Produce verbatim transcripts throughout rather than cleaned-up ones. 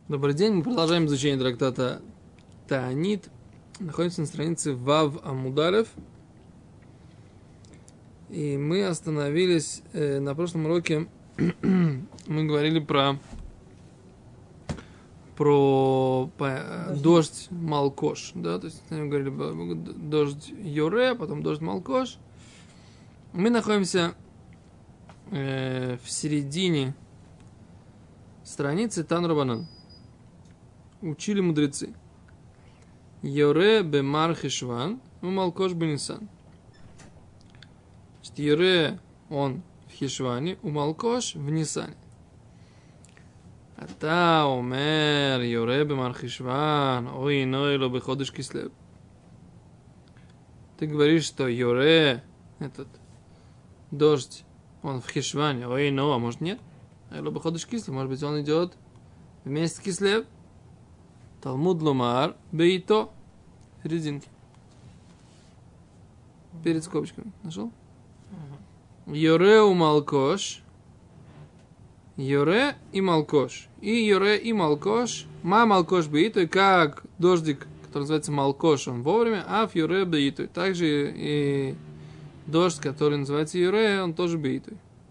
Добрый день, мы продолжаем изучение трактата Таанит. Находимся на странице Вав Амудалев. И мы остановились э, на прошлом уроке. Мы говорили про, про по, дождь Малкош. Да? То есть мы говорили дождь Йоре, потом дождь Малкош. Мы находимся э, в середине страницы Тан Рабанан. Учили мудрецы. Йоре бемар хешван, у Малкош бенисан. Значит, Йоре он в Хешване, у Малкош в Нисане. Ата омер Йоре бемар хешван, ой ной ло беходыш кислев. Ты говоришь, что Йоре, этот дождь, он в Хешване, ой но, а может нет? Ло беходыш кислев, может быть он идет вместе с кислев. Талмуд ломар бейто. Резинки. Перед скобочками. Нашел? Йоре у Малкош. Йоре и Малкош. И Йоре и Малкош. Ма Малкош бейто. Как дождик, который называется Малкош, он вовремя. А в Йоре бейто. Также и дождь, который называется Йоре, он тоже бейто.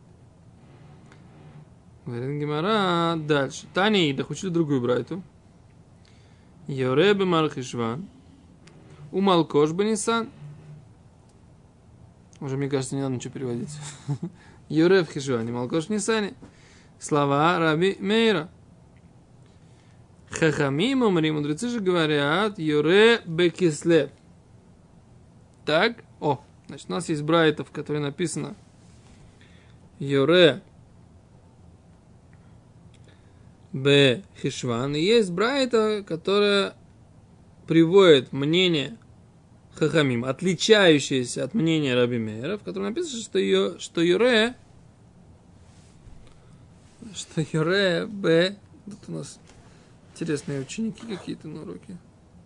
Говорит Гемара. Дальше. Тани Идах учили другую брайту. Йоре бемар хешван, у Малкош бенисан. Уже, мне кажется, не надо ничего переводить. Йоре в Хешване, Малкош в Нисане. Слова Раби Мейра. Хахамим умри, мудрецы же говорят, Йоре бекислев. Так, о, значит, у нас есть брайта, в которой написано Йоре Б. Хешван. И есть брайта, которая приводит мнение Хахамим, отличающееся от мнения Раби Мейра, в котором написано, что, ее, что Юре, что Юре Б. Тут у нас интересные ученики какие-то на уроке.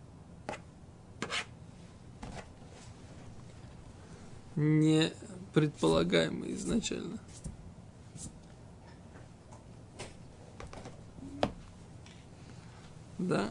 Не предполагаемые изначально. Да.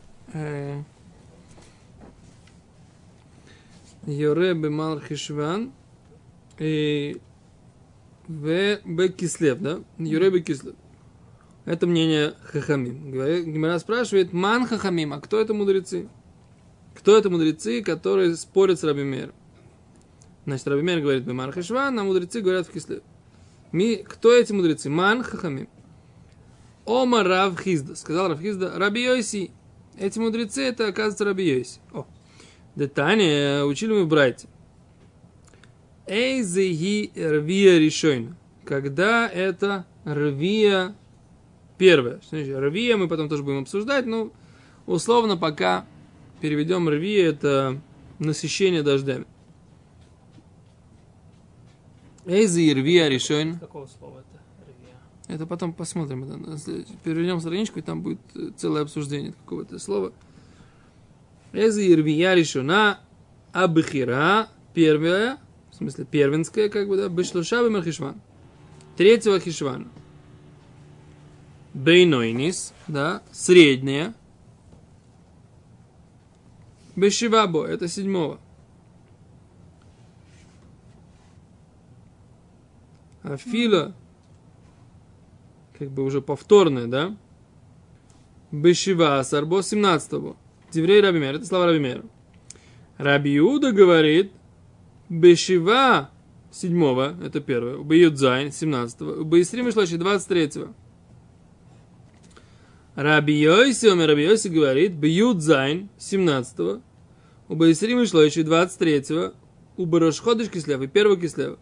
Йоре бемар хешван и в бекислев, да? Йоре бекислев. Это мнение Хахамим. Гемара спрашивает, ман Хахамим, а кто это мудрецы? Кто это мудрецы, которые спорят с Раби Мейром? Значит, Раби Мейр говорит бемар хешван, а мудрецы говорят в кислев. Ми, кто эти мудрецы? Ман Хахамим. Ома Рав Хизда. Сказал Рав Хизда, Раби Йоси. Эти мудрецы, это, оказывается, Раби Йоси. О. Детане учили мы в брайте. Эйзеги рвия решойна. Когда это рвия первая. Что значит рвия, мы потом тоже будем обсуждать, но условно пока переведем рвия, это насыщение дождями. Эйзеги рвия решойна. Какого слова это? Это потом посмотрим. Перейдем страничку, и там будет целое обсуждение какого-то слова. Эза ирвия решена абхира, первая, в смысле первенская, как бы, да, бешлуша бемар хешван. Третьего хешвана. Бейнойнис, да, средняя. Бешивабо, это седьмого. Афила, как бы уже повторное, да? Бешива сарбо семнадцатого. Деврей Раби Мейра, это слова Раби Мейра. Раби Иуда говорит, Бешива седьмого, это первое, Беюдзайн семнадцатого, Беисрим Ишлоши двадцать третьего. Раби Йоси, омер Раби Йоси говорит, Беюдзайн семнадцатого, у Беисрим Ишлоши двадцать третьего, у Барошходыш кислева и первого кислева.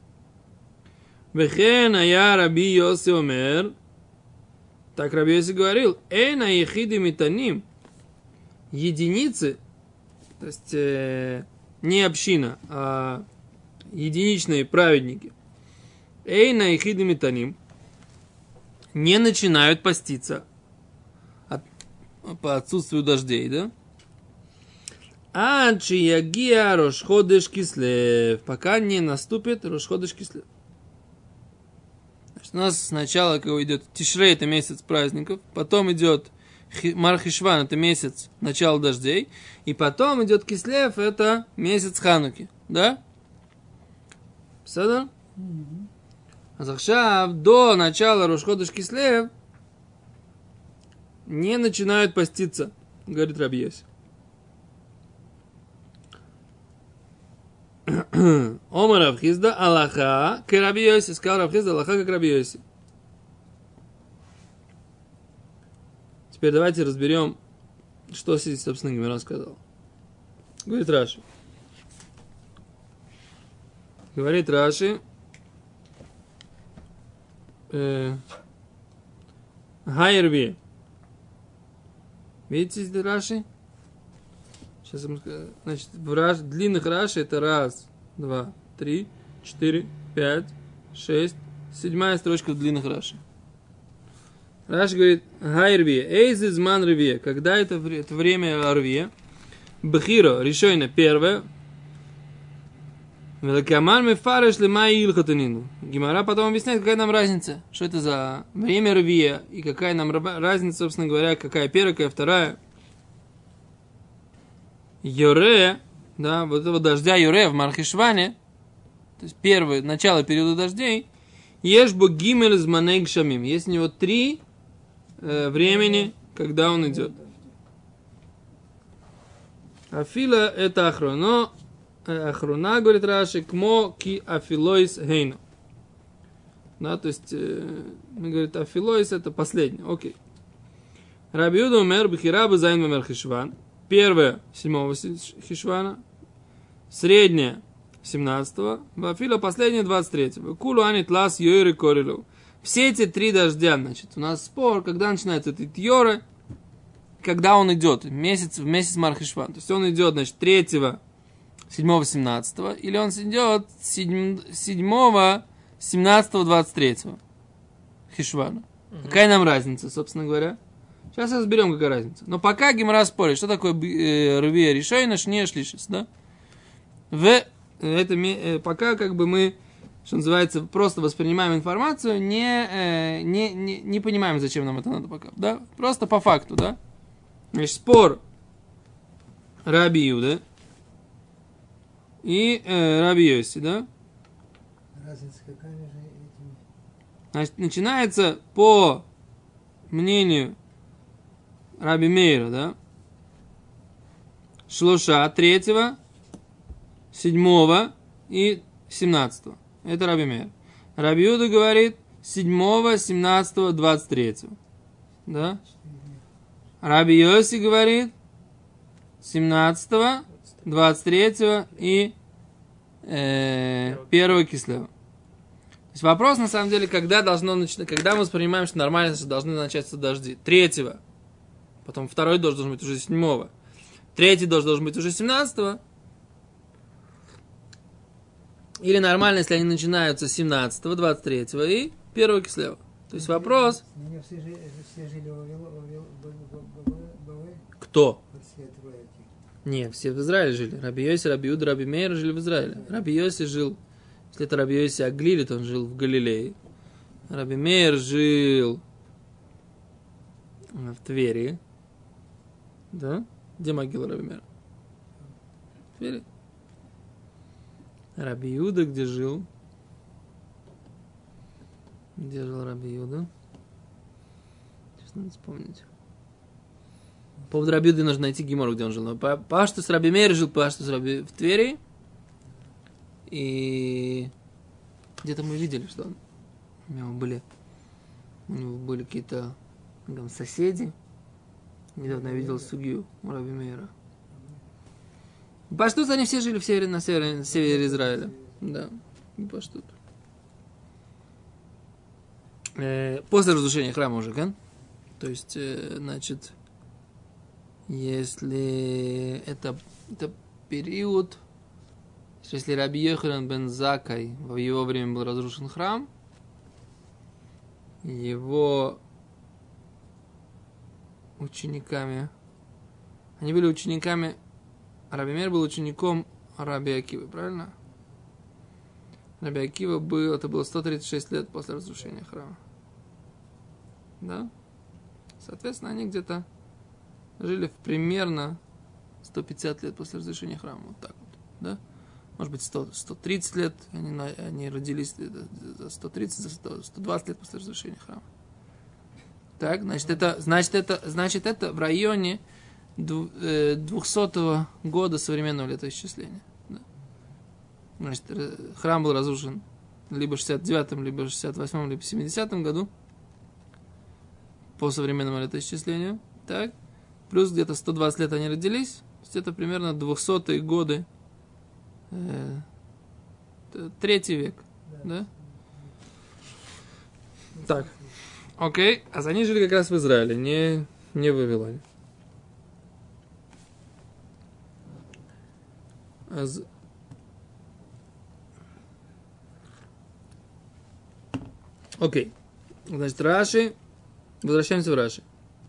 Вехен ая Раби Йоси омер, так Раби Йоси говорил, Эйна ехиды митаним, единицы, то есть э, не община, а единичные праведники, Эйна ехиды митаним, не начинают поститься от, по отсутствию дождей, да? Анчи ягия рошходыш кислев, пока не наступит рошходыш кислев. Значит, у нас сначала, как идет Тишрей, это месяц праздников, потом идет Мар Хишван это месяц начала дождей, и потом идет Кислев, это месяц Хануки, да? Сада? А Захшав до начала Рош-ходеш Кислев не начинают поститься, говорит Раби Йоси. Омар Рав Хизда Аллаха к Раби Йоси. Сказал Рав Хизда Аллаха как Раби Йоси. Теперь давайте разберем, что здесь, собственно, Гемара сказал. Говорит Раши. Говорит Раши. Хайрви. Видите здесь Раши? Сейчас я скажу. Значит, в раш, длинных Раши это раз, два, три, четыре, пять, шесть. Седьмая строчка в длинных Раши. Раши говорит, Хайрви, эйз из ман рви. Когда это, это время рви? Бхиро, решение первое. Великаман мефареш лемай илхатанину. Гемара потом объясняет, какая нам разница. Что это за время рви и какая нам разница, собственно говоря, какая первая, какая вторая. Йоре, да, вот этого дождя Йоре в Мархишване, то есть первое, начало периода дождей, ешбо гимель из манег шамим. Есть у него три э, времени, когда он идет. Афила это ахроно, э, ахрона, говорит Раши, кмо ки афилойс хейно. Да, то есть, э, мы говорит, афилойс это последний, окей. Раби Юда умер бхираба зайн в Мархишван. Первое, седьмого Хишвана, среднее, семнадцатого, Вафила, последнее, двадцать третьего. Кулу анит лас йойры корилу. Все эти три дождя, значит, у нас спор, когда начинается этот йоры, когда он идет, месяц, в месяц Мархишван. То есть он идет, значит, третьего, седьмого, семнадцатого, или он идет седьмого, семнадцатого, двадцать третьего Хишвана. Угу. Какая нам разница, собственно говоря? Сейчас разберем, какая разница. Но пока Гемара спорит, что такое э, рви решойна, шне шлишис, да? В это э, пока как бы мы, что называется, просто воспринимаем информацию, не, э, не, не, не понимаем, зачем нам это надо пока, да? Просто по факту, да? Значит, спор Раби Юда и э, Раби Йоси, да? Разница какая между этими? Значит, начинается по мнению Раби Мейра, да? Шлоша, третьего, седьмого и семнадцатого. Это Раби Мейр. Раби Юда говорит седьмого, семнадцатого, двадцать третьего. Да? Раби Йоси говорит семнадцатого, двадцать третьего и э, первого Кислева. То есть вопрос, на самом деле, когда должно начать, когда мы воспринимаем, что нормально, что должны начаться дожди. Третьего. Потом второй дождь должен быть уже седьмого. Третий дождь должен быть уже семнадцатого. Или нормально, если они начинаются с семнадцатого, двадцать третьего и первого Кислева. То есть вопрос... Кто? Нет, все в Израиле жили. Раби Йоси, Раби Юда, Раби Мейр жили в Израиле. Раби Йоси жил... Если это Раби Йоси Аглили, то он жил в Галилее. Раби Мейр жил в Твери. Да? Где могила Раби Мейра? В Твери. Раби Юда где жил? Где жил Раби Юда? Сейчас надо вспомнить. По поводу Раби Юды нужно найти гемору, где он жил. Но Паштус Раби Мейр жил Паштус Раби в Твери. И где-то мы видели, что он, у него были, у него были какие-то там соседи. Недавно я видел судью у Раби Мейра. Паштут они все жили в севере, на севере, на севере Израиля. Да, паштут. Э, после разрушения храма уже, да? То есть, э, значит, если это, это период, если Раби Йоханан бен Заккай в его время был разрушен храм, его учениками, они были учениками, Раби Мейр был учеником Раби Акивы, правильно? Раби Акива был, это было сто тридцать шесть лет после разрушения храма. Да? Соответственно, они где-то жили в примерно сто пятьдесят лет после разрушения храма. Вот так вот, да? Может быть, сто, сто тридцать лет. Они, они родились за сто тридцать, за сто, сто двадцать лет после разрушения храма. Так, значит, это, значит, это, значит, это в районе двухсотого года современного летоисчисления. Да. Значит, храм был разрушен либо в шестьдесят девятом, либо в шестьдесят восьмом, либо в семидесятом году по современному летоисчислению. Так. Плюс где-то сто двадцать лет они родились. То есть это примерно двухсотые годы. Э, третий век. Да? Так. Окей. А они жили как раз в Израиле, не, не в Вавилоне. Аз... Окей. Значит, Раши. Возвращаемся в Раши.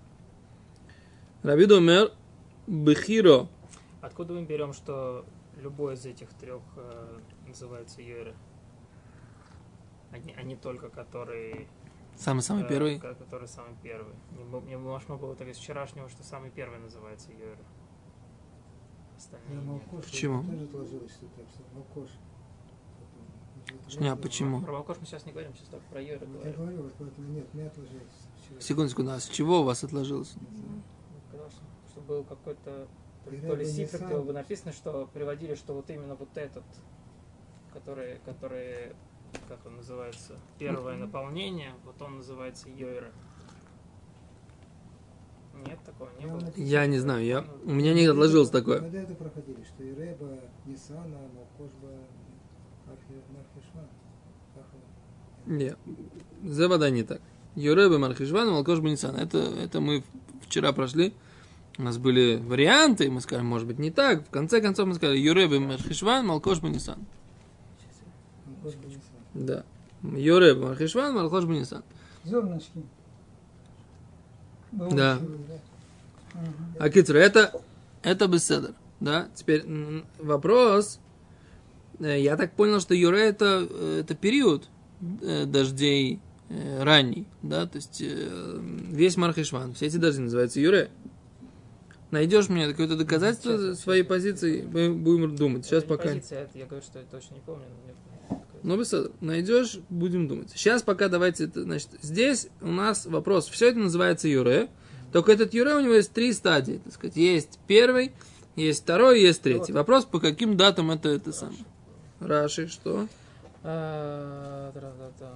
Раби Домер Бехиро. Откуда мы берем, что любой из этих трех э, называется Йойре? Они, они только которые... Самый-самый э, первый? Который самый первый. Мне можно было так из вчерашнего, что самый первый называется Йойре. Остальные нет. Почему? Тоже отложилось, что так, что Малкош. Не, а почему? Про Малкош мы сейчас не говорим, сейчас только про Йойре Я говорим. говорю, вот поэтому нет, не отложилось. Вчера. Секунду, секунду. А с чего у вас отложилось? Ну, конечно. Что был какой-то... То ли, Или то ли это не сифр, сам. было бы написано, что приводили, что вот именно вот этот, который, который, как он называется, первое наполнение, вот он называется Йойра. Нет такого, не Я было. написал. Я не знаю. Я... У меня не отложилось такое. Мы до этого проходили, что Иреба, Нисана, Малкошба, Мархишван. Нет. Завода не так. Юреба Мархишван, Малкош Банисан. Это, это мы вчера прошли. У нас были варианты, мы сказали, может быть, не так. В конце концов мы сказали, Юреба Мархишван, Малкош Банисан. Да. Юреба Мархишван, Малкош Банисан. Зернышки. Да. А кицур, это, это беседер. Да? Теперь м, вопрос. Э, Я так понял, что Юре это, э, это период э, дождей э, ранний. Да? То есть э, весь Мархишван, все эти дожди называются Юре. Найдешь мне какое-то доказательство Сейчас, своей сейчас, позиции, мы будем думать. Сейчас Это не пока. позиция, это я говорю, что я точно не помню. Но мне... Ну, беседер. Найдешь, будем думать. Сейчас пока давайте, это, значит, здесь у нас вопрос. Все это называется Юре. Только этот Юре у него есть три стадии. Так сказать, есть первый, есть второй, есть третий. Вопрос, по каким датам это это самое. Раши, что? А, да-да-да.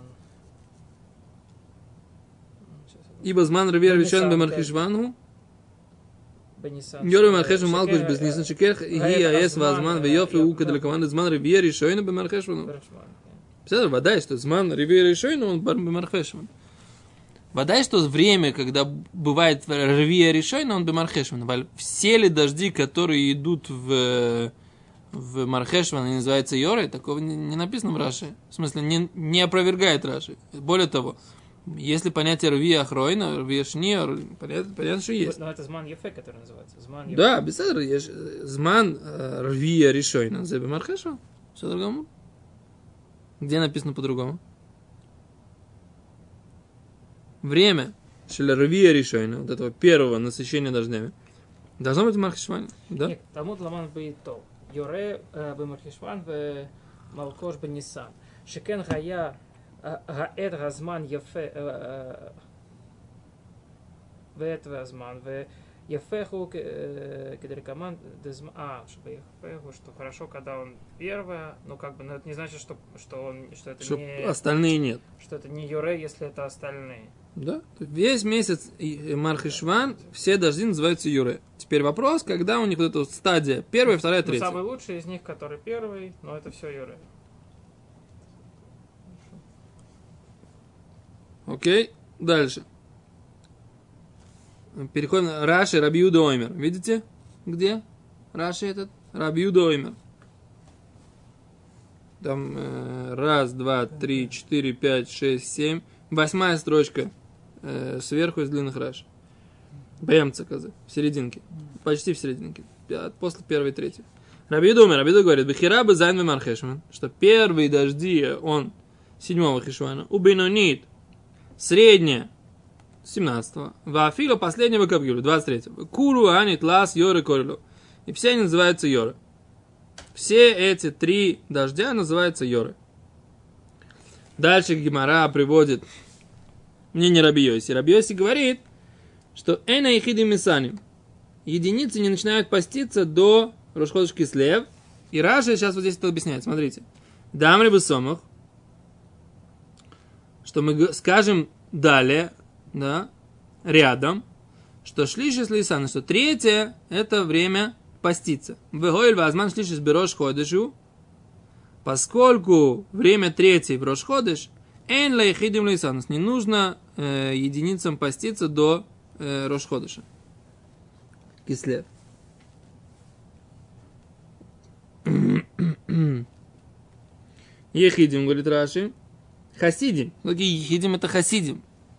Сейчас я- Ибо зман ревер Бенисан, вишен да. бемархишвану. Бенисан. Йоры мархешван малкуш Шекер, безнисан э, шекех и Гаэт аэс Азман, вазман э, веёф и я- ука для команды зман ревер решойна бемархешвану. Бершман, Все, вода, что зман ревер решойна, он бемархешван. Вода, что время, когда бывает ревия решойна, он бемархешван. Все ли дожди, которые идут в в Мархешван, они называются Йорой, такого не, не написано в Раши. В смысле, не, не опровергает Раши. Более того, если понятие Рви Ахройна, Рви Шни, понятно, понятно, что есть. Но это Зман Ефе, который называется. Зман Ефе. Да, без этого есть Зман Рви Решойна, Зеби Мархешван. Все по-другому. Где написано по-другому? Время Шеля Рви Решойна, вот этого первого насыщения дождями, должно быть в Мархешване. Да? Нет, Талмуд Ламан Бейтол. Йоре бемархишван в Малкош бенисан. Шекен гая гаэт газман яфе вэт газман в яфеху кедрикаман дезма. А, чтобы яфеху, что хорошо, когда он первое, но как бы, но это не значит, что что он, что это Чтоб не, остальные нет. что это не Йоре, если это остальные. Да? Весь месяц Мархишван, все дожди называются Юре. Теперь вопрос, когда у них вот эта вот стадия, первая, вторая, Но третья. самый лучший из них, который первый, но это все Йоре. Окей, дальше. Переходим на Раши, Раби Юда Оймер. Видите? Где? Раши этот? Раби Юда Оймер. Там э, раз, два, три, четыре, пять, шесть, семь. Восьмая строчка э, сверху из длинных Раши. Бэмца, козы, в серединке. Почти в серединке. После первой и третьей. Раби Юда Оймер, Раби Юда говорит, Бехира бы зайн мархешван, что первые дожди он седьмого хишвана, у бейнонит, средняя, семнадцатого. Вафило последнего кабгюля, двадцать третьего. Куру анит лас йоры корилу. И все они называются йоры. Все эти три дождя называются йоры. Дальше Гемара приводит мнение Раби Йоси. Раби Йоси говорит, что эна ехидим мисаним. Единицы не начинают поститься до Рош ходеш Кислев. И Раши сейчас вот здесь это объясняет. Смотрите. Дамри бесомах. Что мы скажем далее, да, рядом, что шлишис лисан, что третье это время поститься. Вегойль вазман шлишис берош ходешу. Поскольку время третье в Рош ходеш, эн лейхидим лисан, не нужно э, единицам поститься до э, Рош ходеша. Кислев. Ехидим, говорит Раши. Хасидим. Какие ехидим? Это хасидим.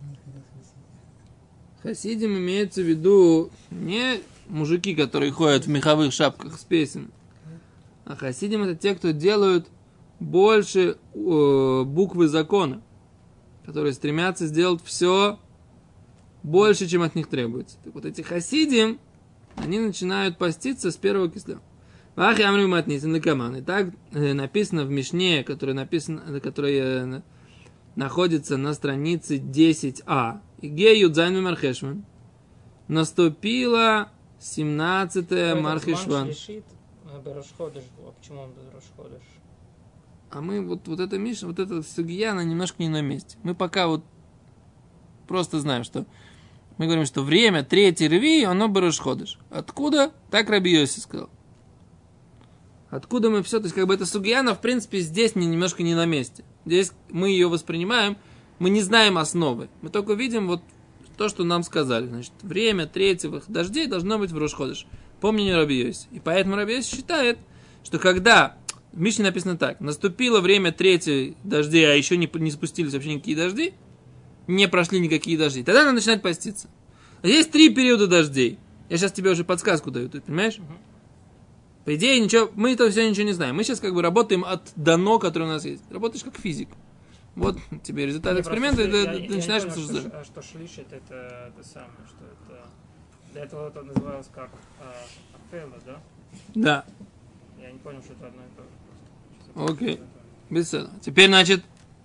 Хасидим имеется в виду не мужики, которые ходят в меховых шапках с песен, а хасидим это те, кто делают больше э, буквы закона, которые стремятся сделать все больше, чем от них требуется. Так вот эти хасидим, они начинают поститься с первого кислева. Вахи амрим матнисен лекаман. И так э, написано в Мишне, которая написано, которая э, находится на странице десять а. Ге юдзайн мархешван. Наступила семнадцатая мархешван. Почему он без Рош ходеш? А мы вот, вот эта Мишна, вот эта сугия, она немножко не на месте. Мы пока вот просто знаем, что мы говорим, что время третий рви, оно бы Рош ходеш. Откуда? Так Раби Йоси сказал. Откуда мы все, то есть как бы эта сугия, она в принципе здесь не, немножко не на месте. Здесь мы ее воспринимаем, мы не знаем основы. Мы только видим вот то, что нам сказали. Значит, время третьего дождей должно быть в Рош ходеш. По мнению Раби Йоси. И поэтому Раби Йоси считает, что когда в Мишне написано так, наступило время третьей дождей, а еще не, не спустились вообще никакие дожди, не прошли никакие дожди, тогда надо начинать поститься. Есть три периода дождей. Я сейчас тебе уже подсказку даю, ты понимаешь? По идее, ничего, мы это все ничего не знаем. Мы сейчас как бы работаем от дано, которое у нас есть. Работаешь как физик. Вот тебе результат не эксперимента, и ты, я, ты я начинаешь не понял, обсуждать. что, что шлишит это, это самое, что это... До этого это называлось как афела, да? Да. Я не понял, что это одно и то же. Окей. Без этого. Теперь, значит,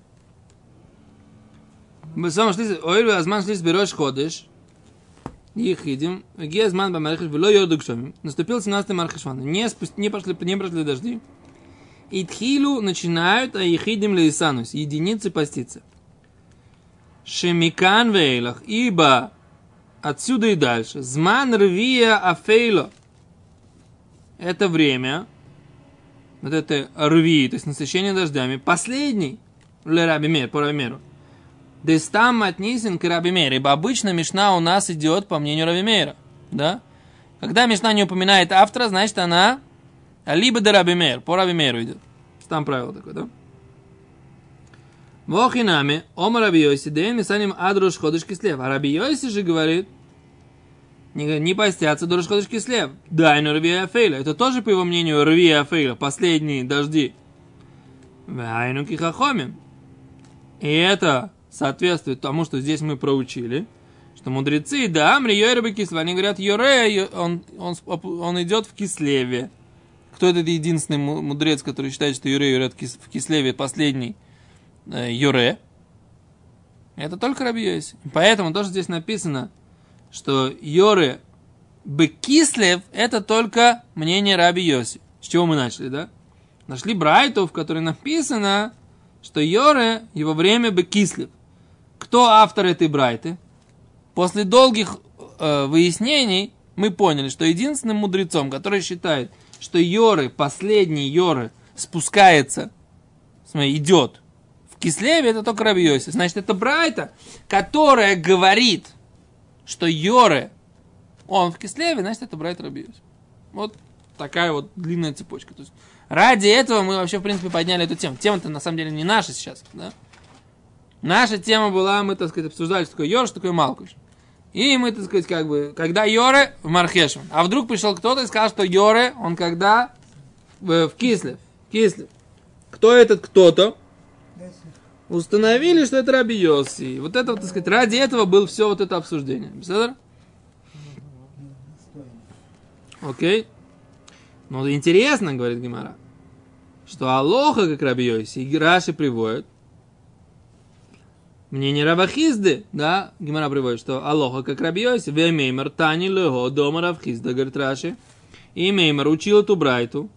мы сами шли, ой, азман шли с Рош ходеш, ехидим, гезман бамархиш, вело йорду гшамим. Наступил семнадцатый мархишван. Не, не, пошли, не прошли дожди. И тхилу начинают, а ехидим лейсанус, единицы поститься. Шемикан вейлах, ибо отсюда и дальше. Зман рвия афейло. Это время, вот это рви, то есть насыщение дождями, последний, ле Раби Мейр, по Раби Мейру. Дестам матнисен к Раби Мейр, ибо обычно Мишна у нас идет по мнению Раби Мейра, да? Когда Мишна не упоминает автора, значит она либо до Раби Мейр, по Раби Мейру идет. Там правило такое, да? Вохинами, ома Раби Йоси, дэн мисаним ад Рош ходеш Кислев. А Раби Йоси же говорит, не, не постятся до Рош ходеш Кислев. Да, но рви афейла. Это тоже, по его мнению, рви афейла, последние дожди. Вайну кихахомим. И это соответствует тому, что здесь мы проучили, что мудрецы, да, амри йоребе кислев, они говорят, йоре, он, он, он идет в Кислеве. Кто этот единственный мудрец, который считает, что йоре идет в Кислеве, последний э, йоре? Это только Раби Йоси. Поэтому то, что здесь написано, что йоре бекислев, это только мнение Раби Йоси. С чего мы начали, да? Нашли брайту, в которой написано, что йоре, его время бекислев. Кто автор этой брайты? После долгих э, выяснений мы поняли, что единственным мудрецом, который считает, что йоры, последний йоры, спускается, смотри, идет в Кислеве, это только Раби Йоси. Значит, это брайта, которая говорит, что йоры, он в Кислеве, значит, это брайта Раби Йоси. Вот такая вот длинная цепочка. То есть, ради этого мы вообще, в принципе, подняли эту тему. Тема-то, на самом деле, не наша сейчас, да? Наша тема была, мы, так сказать, обсуждали, что такое йор, что такое малкуш. И мы, так сказать, как бы, когда йоре в Мархешван. А вдруг пришел кто-то и сказал, что йоре, он когда в, в Кислев. Кислев. Кто этот кто-то? Установили, что это Раби Йоси. Вот это, вот, так сказать, ради этого было все вот это обсуждение. Представляешь? Окей. Но интересно, говорит Гемара, что Алоха, как Раби Йоси, и Раши приводят, мнение Рава Хизды, да, Гемара приводит, что Алоха, как Раби Йоси, вемеймер тани лего дома Рав Хизда, говорит Раши, и Меймер учил эту брайту,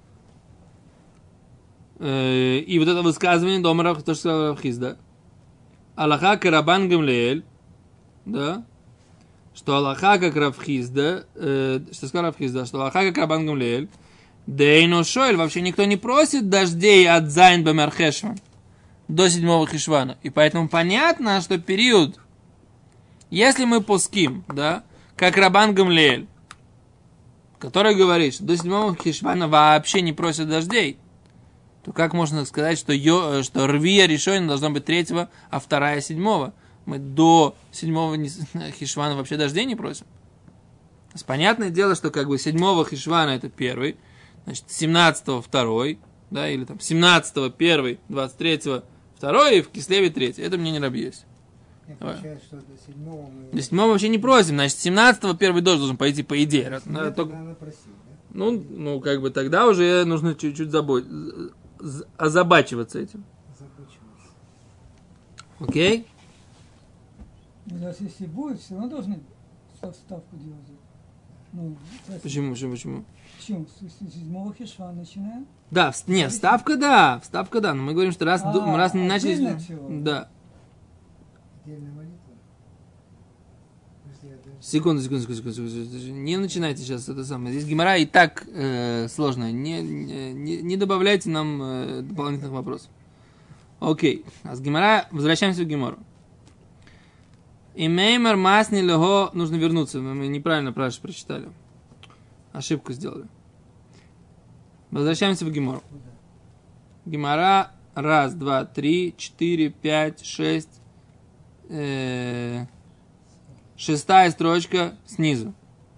э, и вот это высказывание дома Рав, то, что сказал Рав Хизда, Аллаха карабан гамлеэль, да, что Аллаха как Рав Хизда, э, что сказал Рав Хизда, что Аллаха как Рабан Гамлиэль, дейно шоэль, вообще никто не просит дождей от Зайн бамер Хешван до седьмого Хешвана. И поэтому понятно, что период, если мы пуским, да, как Рабан Гамлиэль, который говорит, что до седьмого Хешвана вообще не просят дождей, то как можно сказать, что, йо, что Рвия решение должно быть третьего, а вторая седьмого? Мы до седьмого Хешвана вообще дождей не просим. То есть, понятное дело, что как бы седьмого Хешвана это первый, значит, семнадцатого второй, да, или там семнадцатого первый, двадцать третьего второй, и в Кислеве третий. Это мне не Раби Йоси. Получается, что до седьмого мы... До седьмого вообще не просим, значит, семнадцатого первый дождь должен пойти по идее. Нет, Надо только... она просила, да? ну, ну, как бы тогда уже нужно чуть-чуть забо... озабачиваться этим. Забочилась. Окей? Ну, даже если будет, все равно должны ставку делать. Ну, Почему, почему, почему? Почему? С седьмого Хешвана начинаем? Да, в- нет, вставка да, вставка да, но мы говорим, что раз, А, ду- раз не начали... отдельно всего? Да. Отдельная молитва. Если я даже- Секунду, секунду, секунду, секунду, секунду. Не начинайте сейчас это самое. Здесь гемора и так э, сложно. Не, не, не добавляйте нам э, дополнительных вопросов. Окей. А с гемора возвращаемся в гемору. Имеймер масни лего... Нужно вернуться. Мы неправильно Праши прочитали. Ошибку сделали. Возвращаемся в гемору. Гемора. Раз, два, три, четыре, пять, шесть. Э, шестая строчка снизу.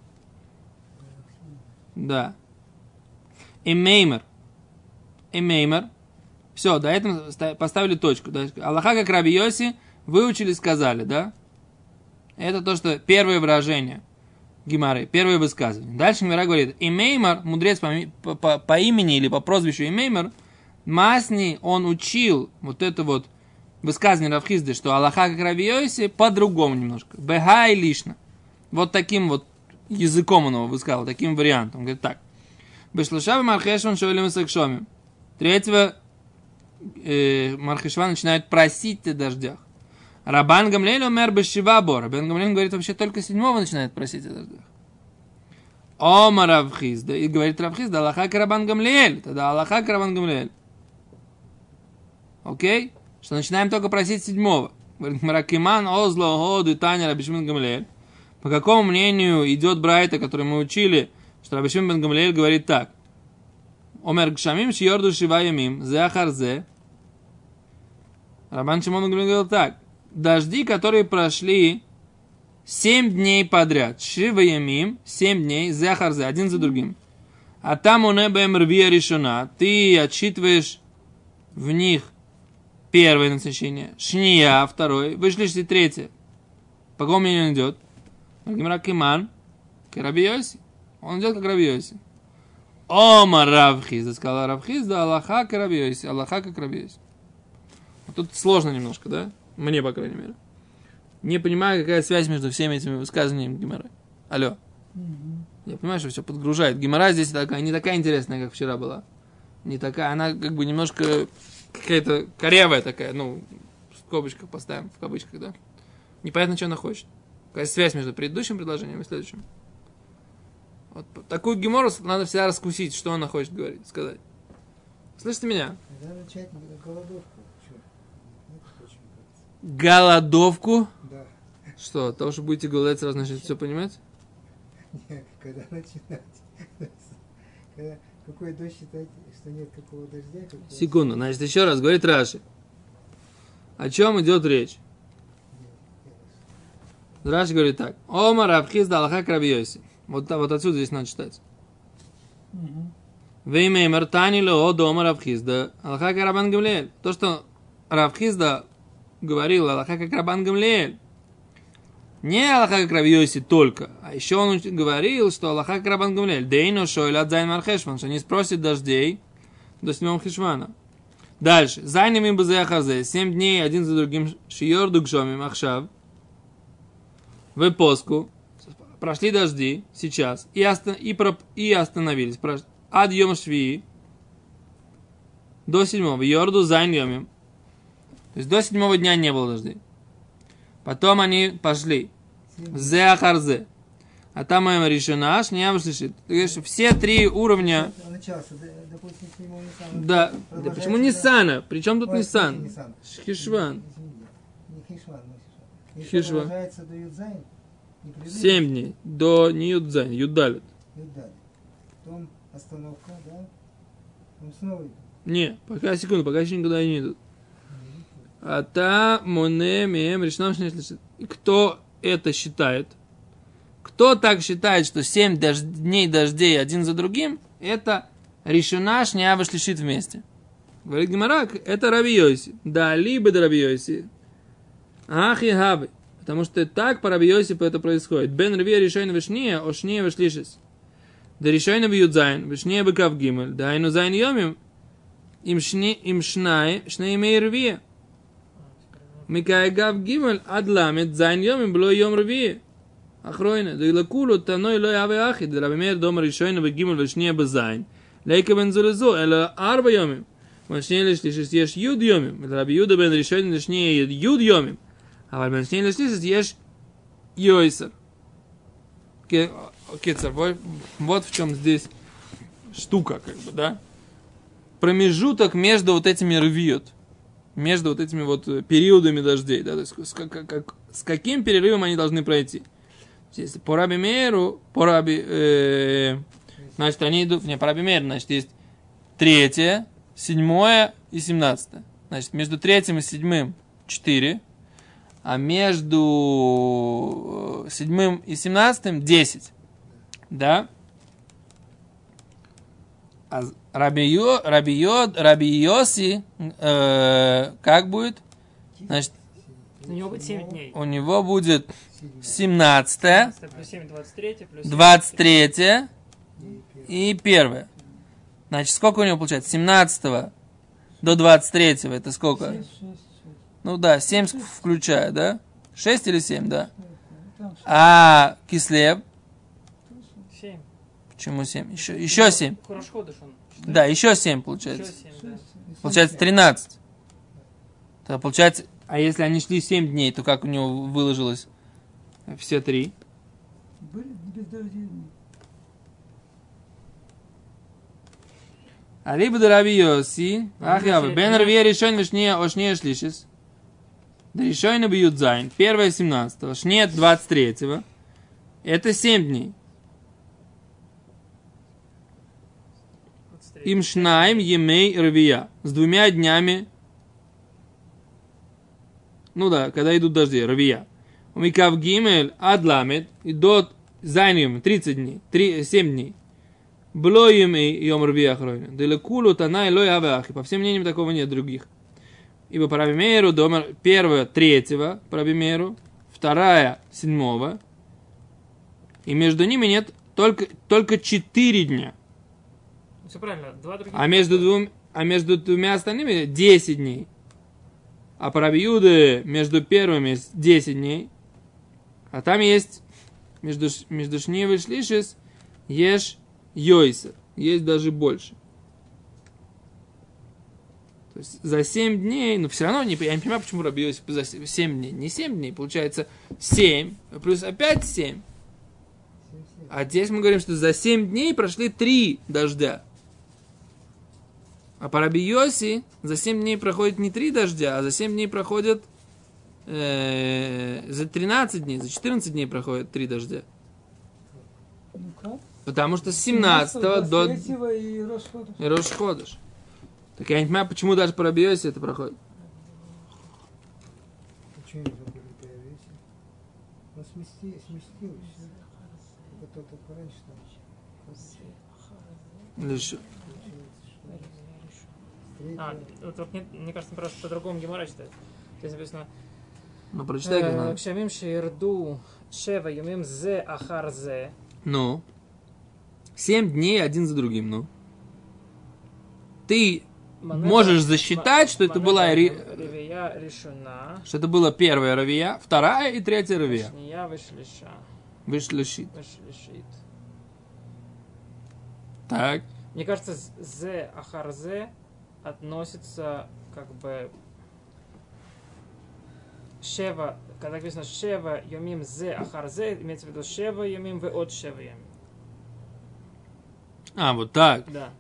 Да. Имеймер. Имеймер. Все, до этого ста- поставили точку. Да? Аллаха как Раби Йоси выучили, сказали, да? Это то, что первое выражение Гемары, первое высказывание. Дальше Гемара говорит, Имеймер, мудрец по, по, по, по имени или по прозвищу Имеймер, Масни, он учил вот это вот высказывание Рав Хизды, что Аллаха как Раби Йоси по-другому немножко. Бехай лишно. Вот таким вот языком он его высказал, таким вариантом. Он говорит так. Бешлушави Мархешван шоэлем исакшоми. Третьего э, Мархешван начинает просить о дождях. Рабан Гамлиэль умер бешива бор. Рабан Гамлиэль говорит, вообще только седьмого начинает просить о дождях. Ома Рав Хизда. И говорит Рав Хизда, Аллаха как Рабан Гамлиэль. Тогда Аллаха как Рабан Гамлиэль. Окей? Что начинаем только просить седьмого. Говорит, Маракиман, Озло, Году, Таня, Рабишмин Гамлиэль. По какому мнению идет Брайта, который мы учили, что Рабишмин бен Гамлиэль говорит так. Омер Гшамим Шиорду Шива Ямим, Зе Ахарзе. Рабан Шимон бен Гамлиэль говорил так. Дожди, которые прошли семь дней подряд. Шива Ямим, семь дней, Зе Ахарзе, один за другим. А там у неба Рвия решена. Ты отсчитываешь в них первое насыщение, шния, второй, вышли третье. По какому мнению он идет? Гемара Киман, как Раби Йоси. Он идет как Раби Йоси. Ома Рав Хизда, сказал Рав Хизда, Аллаха как Раби Йоси, Аллаха как Раби Йоси. Вот тут сложно немножко, да? Мне, по крайней мере. Не понимаю, какая связь между всеми этими высказываниями Гемары. Алло. Я понимаю, что все подгружает. Гемара здесь такая, не такая интересная, как вчера была. Не такая, она как бы немножко какая-то корявая такая, ну, в скобочках поставим, в кавычках, да? Непонятно, что она хочет. Какая связь между предыдущим предложением и следующим. Вот такую гемору надо всегда раскусить, что она хочет говорить, сказать. Слышите меня? Когда начать голодовку? Чё? Нет, очень кажется. Голодовку? Да. Что, от того, что будете голодать, сразу начнете все понимать? Нет, когда начинать? Когда, какой дождь считать, что нет какого дождя? Какого... Секунду, значит, еще раз, говорит Раши. О чем идет речь? Раши говорит так. Ома Рав Хизда Аллаха Раби Йоси. Вот, вот отсюда здесь надо читать. Веймей Мартани Ло Дома Рав Хизда Аллаха Рабан Гамлиэль. То, что Рав Хизда говорил Аллаха как Рабан Гамлиэль. Не Аллаха как Рав Йоси только, а еще он говорил, что Аллаха как Рабан Гамлиэль. Дейну шойль от Зайн Мархешван, что не спросит дождей до седьмого Хешвана. Дальше. Зайнем им базея хазе. Семь дней один за другим. Шиорду гшомим ахшав. В поску. Прошли дожди сейчас. И, остан- и, проп- и остановились. Прош- Ад йом швии. До седьмого. Йорду зайн йомим. То есть до седьмого дня не было дождей. Потом они пошли. Зе ахарзе. А там моя решена, шния вышлишит. Все три уровня. Начался, допустим, с седьмого Ниссана. Да. Да почему Ниссана? Причем тут Ой, Ниссан? Ниссан. Хишван. Извини, не Хишван, но Хишван. Если Хишван. продолжается до Юдзайн, не придумай. Семь дней. До не Юдзайн, Юдалит. Юдалит. Потом остановка, да? Потом снова идут. Не, пока секунду, пока еще никуда не идут. А та моне мем решена. И кто это считает? Кто так считает, что семь дож- дней дождей один за другим, это решена, шня вышлишит вместе. Говорит Гемарак, это Раби Йоси. Да, либо да Раби Йоси. Ах и хабы. Потому что так по Раби Йосипу это происходит. Бен Рави решойна вишния, о шния вышлишис. Да решойна бьюдзайн, вишния быкав гимель, да айну зайн йомим, им шни, им шнай, шнай имей рвия. Микай гав гимель, адламет зайн йомим, было йом рвия. Ахройна, да илакулу таной лой аве ахи, да Раби Меир дома решойна бгимель, вишния бзайн. Лейка бен зулезу, эла арба йомим. Вишния лишлишис, еш юд йомим. Раби Юда бен решойна вишния юд йомим. А в Альбаншней лишнисис есть Йойсер. Кецер, вот, вот в чем здесь штука, как бы, да? Промежуток между вот этими рвиот, между вот этими вот периодами дождей, да, то есть с, как, как, с каким перерывом они должны пройти. Если по Раби Меиру, по Раби, э, значит, они идут, не, по Раби Меиру, значит, есть третье, седьмое и семнадцатое. Значит, между третьим и седьмым четыре, а между седьмым и семнадцатым десять. Да? А Раби, Йо, Раби, Йо, Раби Йоси, э, как будет? Значит, У него будет семь дней. у него будет семнадцатое, Плюс семь, двадцать три, плюс двадцать три и первое. Значит, сколько у него получается? семнадцатого до двадцать третьего, это сколько? Шесть, шесть, шесть. Ну да, семь включая, да? шесть или семь, да? Там шесть. А Кислев? семь. Почему семь? Еще, еще семь. Хорошо, он. Да, еще семь Еще получается. семь, да. Получается тринадцать. Тогда получается, а если они шли семь дней, то как у него выложилось все три? Были без дождей. А либо до Раби Йоси, ах я, бен Рави решен вишне, ошне шлишис. Да решен бьют зайн. Первое семнадцатого, шне двадцать третьего. Это семь дней. двадцать три. Им шнаем емей рвия. С двумя днями. Ну да, когда идут дожди, рвия. У Микав Гимель адламет и до зайнем тридцать дней, три, семь дней. Было емей йом рвия хройна. Делекулу танай лой авеахи. По всем мнениям такого нет других. Ибо по Раби Меиру дома первая третьего, по Раби Меиру, вторая седьмого. И между ними нет только, только четыре дня. Все правильно, два других. А между, двум, а между двумя остальными десять дней. А по Раби Юде между первыми десять дней. А там есть между, между Шнивой и Шлишис ешь Йойсер. Есть даже больше. То есть за семь дней, но все равно не, я не понимаю, почему Раби Йосиф за семь дней. Не семь дней, получается семь, плюс опять семь. А здесь мы говорим, что за семь дней прошли три дождя. А по Раби Йоси за семь дней проходит не три дождя, а за семь дней проходят э, за тринадцать дней, за четырнадцать дней проходят три дождя. Ну как? Потому что с семнадцатого до третьего и Рош-Ходыш. и Рош-Ходыш. Так я не понимаю, почему даже по Раби Йоси это проходит. Почему не забыли появиться? Он смести, сместилось. Кто-то пораньше там. Или что? третья. А, ну, тут нет, мне кажется, просто по-другому Гемара читает. Здесь написано Ну, прочитай, как надо. Кшамим шеирду шева юмим зе ахар зе. Ну. Семь дней один за другим, ну. Ты можешь засчитать, что это была ри- Ревия решена. что это была первая равия, вторая и третья равия. Шния вышлиша. Вышлющит. Вышлишит. Так. Мне кажется, зе ахар зе относится как бы шева, когда написано шева юмим зе ахар зе, имеется в виду шева юмим ве от шева юмим. А, вот так. Да.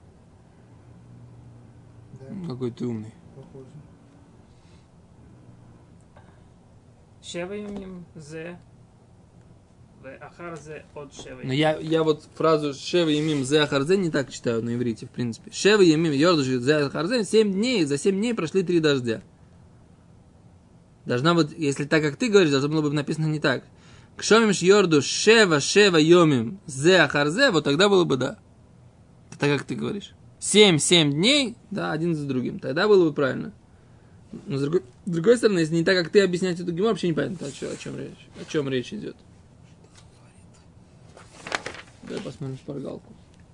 Да, Какой ты умный. похоже. Шева юмим зе ве ахар зе от шева Но юмим. я, я вот фразу «Шева ямим зе ахарзе» не так читаю на иврите, в принципе. «Шева ямим йордуши зе ахарзе» семь дней, за семь дней прошли три дождя. Должна быть, если так, как ты говоришь, должно было бы написано не так. «Кшомим йорду шева шева йомим зе ахарзе», вот тогда было бы да. Так, как ты говоришь. Семь-семь дней, да, один за другим. Тогда было бы правильно. Но с другой, с другой стороны, если не так, как ты объясняешь эту геморру, вообще непонятно, о чем, о чем речь. О чем речь идет. Давай посмотрим шпаргалку.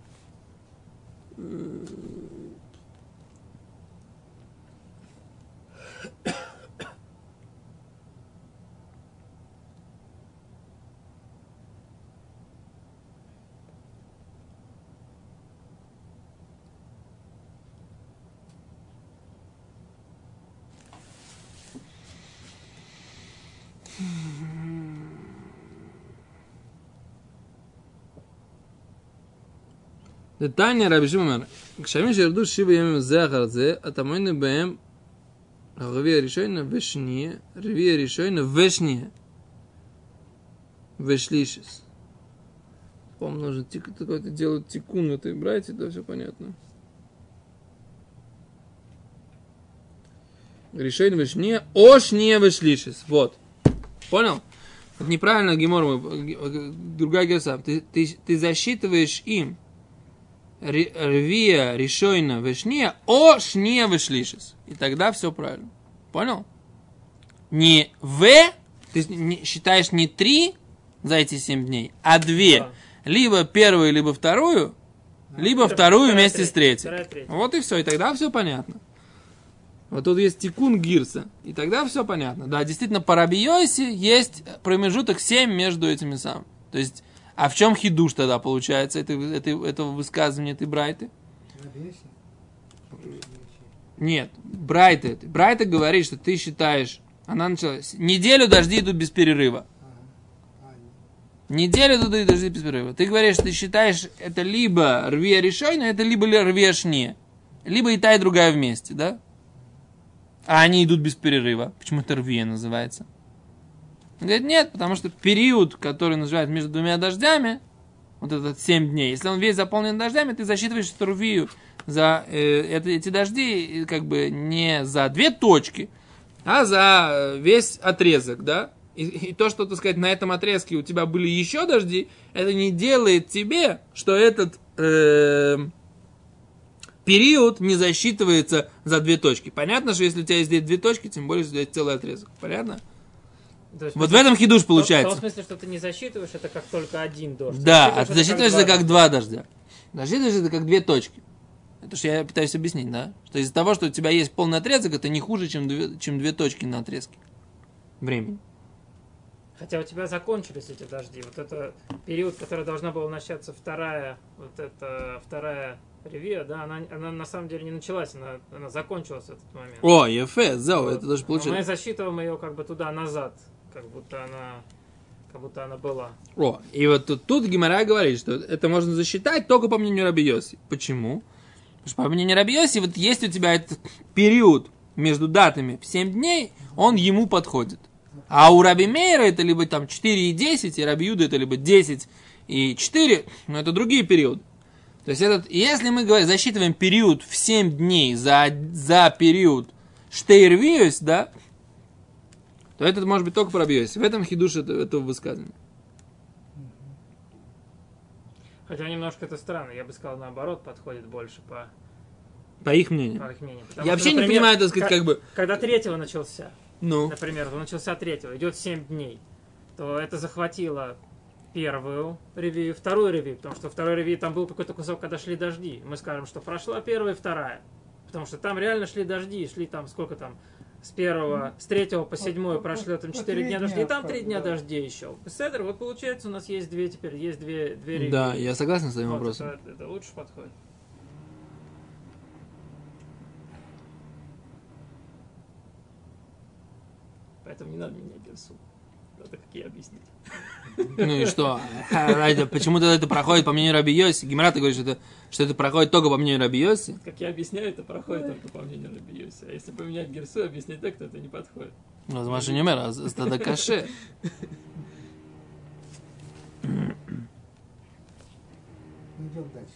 Таня Раби Шимон, כשמים שירדו שבע ימים זה אחר זה, אתה מונה בהם הרביעי הראשון ושנייה, הרביעי הראשון ושנייה, ושלישס. По-моему, нужно тик, какой-то делать тикун в этой брайте, да, все понятно. Решение вышне, о шне вышлишис. Вот. Понял? Это неправильно, Гемор, другая герса. Ты, ты, ты засчитываешь им рвия решойна вышне, о шне вышлишис. И тогда все правильно. Понял? Не в, ты не, считаешь не три за эти семь дней, а две. Да. Либо первую, либо вторую, да. либо вторая, вторую вторая, вместе третья. с третьей. Вторая, вот и все. И тогда все понятно. Вот тут есть тикун гирса. И тогда все понятно. Да, действительно, по Раби Йоси есть промежуток семь между этими самыми. То есть, а в чем хидуш тогда получается это, это, этого высказывания этой брайты? Нет, брайта. Брайта говорит, что ты считаешь, она началась, неделю дожди идут без перерыва. Неделю туда и дожди без перерыва. Ты говоришь, ты считаешь, это либо рвия решойна, это либо рвия шне. Либо и та, и другая вместе, да? А они идут без перерыва. Почему это рвия называется? Он говорит, нет, потому что период, который называют между двумя дождями, вот этот семь дней, если он весь заполнен дождями, ты засчитываешь эту рвию за э, это, эти дожди как бы не за две точки, а за весь отрезок, да? И, и то, что, так сказать, на этом отрезке у тебя были еще дожди, это не делает тебе, что этот э, период не засчитывается за две точки. Понятно, что если у тебя есть здесь две точки, тем более, если у тебя есть целый отрезок. Понятно? Есть, вот в этом хидуш получается. В том смысле, что ты не засчитываешь, это как только один дождь. Да, а ты засчитываешь это как два дождя. Засчитываешь это как две точки. Это что я пытаюсь объяснить, да? Что из-за того, что у тебя есть полный отрезок, это не хуже, чем две, чем две точки на отрезке времени. Хотя у тебя закончились эти дожди. Вот это период, который должна была начаться вторая, вот эта вторая ревия, да, она, она на самом деле не началась, она, она закончилась в этот момент. О, ефе, зау, вот. Это даже получилось. Но мы засчитываем ее как бы туда-назад, как будто она, как будто она была. О, и вот тут, тут Гемара говорит, что это можно засчитать только по мнению Раби Йоси. Почему? Потому что по мнению Раби Йоси, вот есть у тебя этот период между датами в семь дней, он ему подходит. А у Раби Мейра это либо там четыре и десять, и Раби Юда это либо десять и четыре, но это другие периоды. То есть этот, если мы говорим, засчитываем период в семь дней за, за период штейрвиус, да, то это может быть только по Раби Йоси. В этом хидуш этого, этого высказывания. Хотя немножко это странно, я бы сказал, наоборот, подходит больше по По их мнению. По их мнению. Я Потому вообще что, не например, понимаю, так сказать, ка- как бы... Когда третьего начался, Ну, например, он начался третьего, идет семь дней, то это захватило первую ревию, вторую ревию, потому что второй ревии там был какой-то кусок, когда шли дожди. Мы скажем, что прошла первая и вторая. Потому что там реально шли дожди, шли там сколько там, с первого, с третьего по седьмой по- прошло там по четыре три дня дня, дождей, и там по- три дня да. дождей еще. Седер, вот получается у нас есть две теперь, есть две, две ревии. да, я согласен с твоим Вот, вопросом. это, это лучше подходит. Поэтому не надо менять герсу. Это как я объяснить. Ну и что? А, это- Почему тогда это проходит по мнению Раби Йоси? Гемара, ты говоришь, что это, что это проходит только по мнению Раби Йоси? Как я объясняю, это проходит только по мнению Раби Йоси. А если поменять герсу, объяснить так, то это не подходит. Возможно, не мэр, а тогда каше. Идем дальше.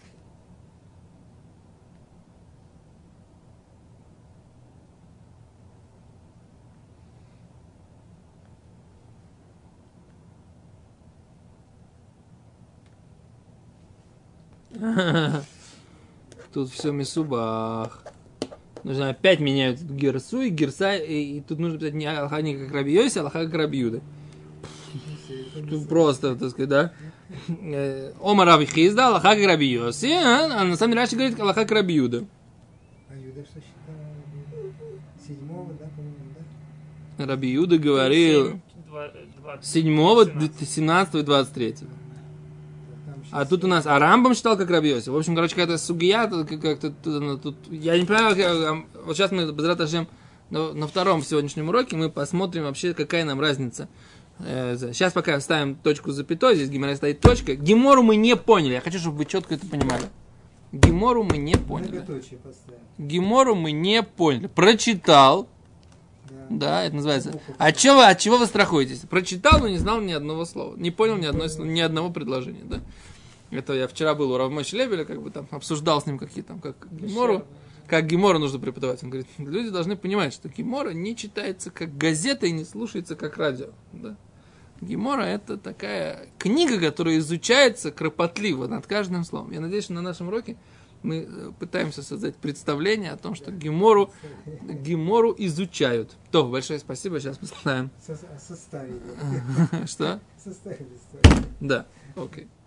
Тут все мисубах. Нужно опять менять герсу и герса, и, и тут нужно писать не алха не как Раби Йоси, а алха как Раби Юда. Тут просто, так сказать, да. Э, Ома Раби Хизда, алха как Раби Йоси, а, а на самом деле Раши говорит алха как Раби Юда. А Юда что считал? Седьмого, да, по-моему, да? Раби Юда говорил Семь, два- двадцать, седьмого, семнадцать. семнадцатого и двадцать третьего. Там А сейчас тут у нас Арамбам считал как Раби Йоси. В общем, короче, какая-то сугия, тут как-то тут, она тут... Я не понимаю, как, а, вот сейчас мы, Безрат Ашем, на, на втором сегодняшнем уроке мы посмотрим вообще, какая нам разница. Э, за- Сейчас пока ставим точку с запятой, здесь Гемора стоит точка. Гемору мы не поняли, я хочу, чтобы вы четко это понимали. Гемору мы не поняли. многоточие поставим. Гемору мы не поняли. Прочитал, Да. да, это называется. От чего, вы- от чего вы страхуетесь? Прочитал, но не знал ни одного слова. Не понял ни, одной, ни одного предложения, да. Это я вчера был у Равмойши Лебеля, как бы там обсуждал с ним какие там, как Гемору, как Гемору нужно преподавать. Он говорит, люди должны понимать, что Гемора не читается как газета и не слушается как радио. Да? Гемора это такая книга, которая изучается кропотливо над каждым словом. Я надеюсь, что на нашем уроке мы э, пытаемся создать представление о том, что Гемору, Гемору изучают. То, большое спасибо, сейчас мы ставим. Со- Составили. Что? Составили. составили. Да, окей.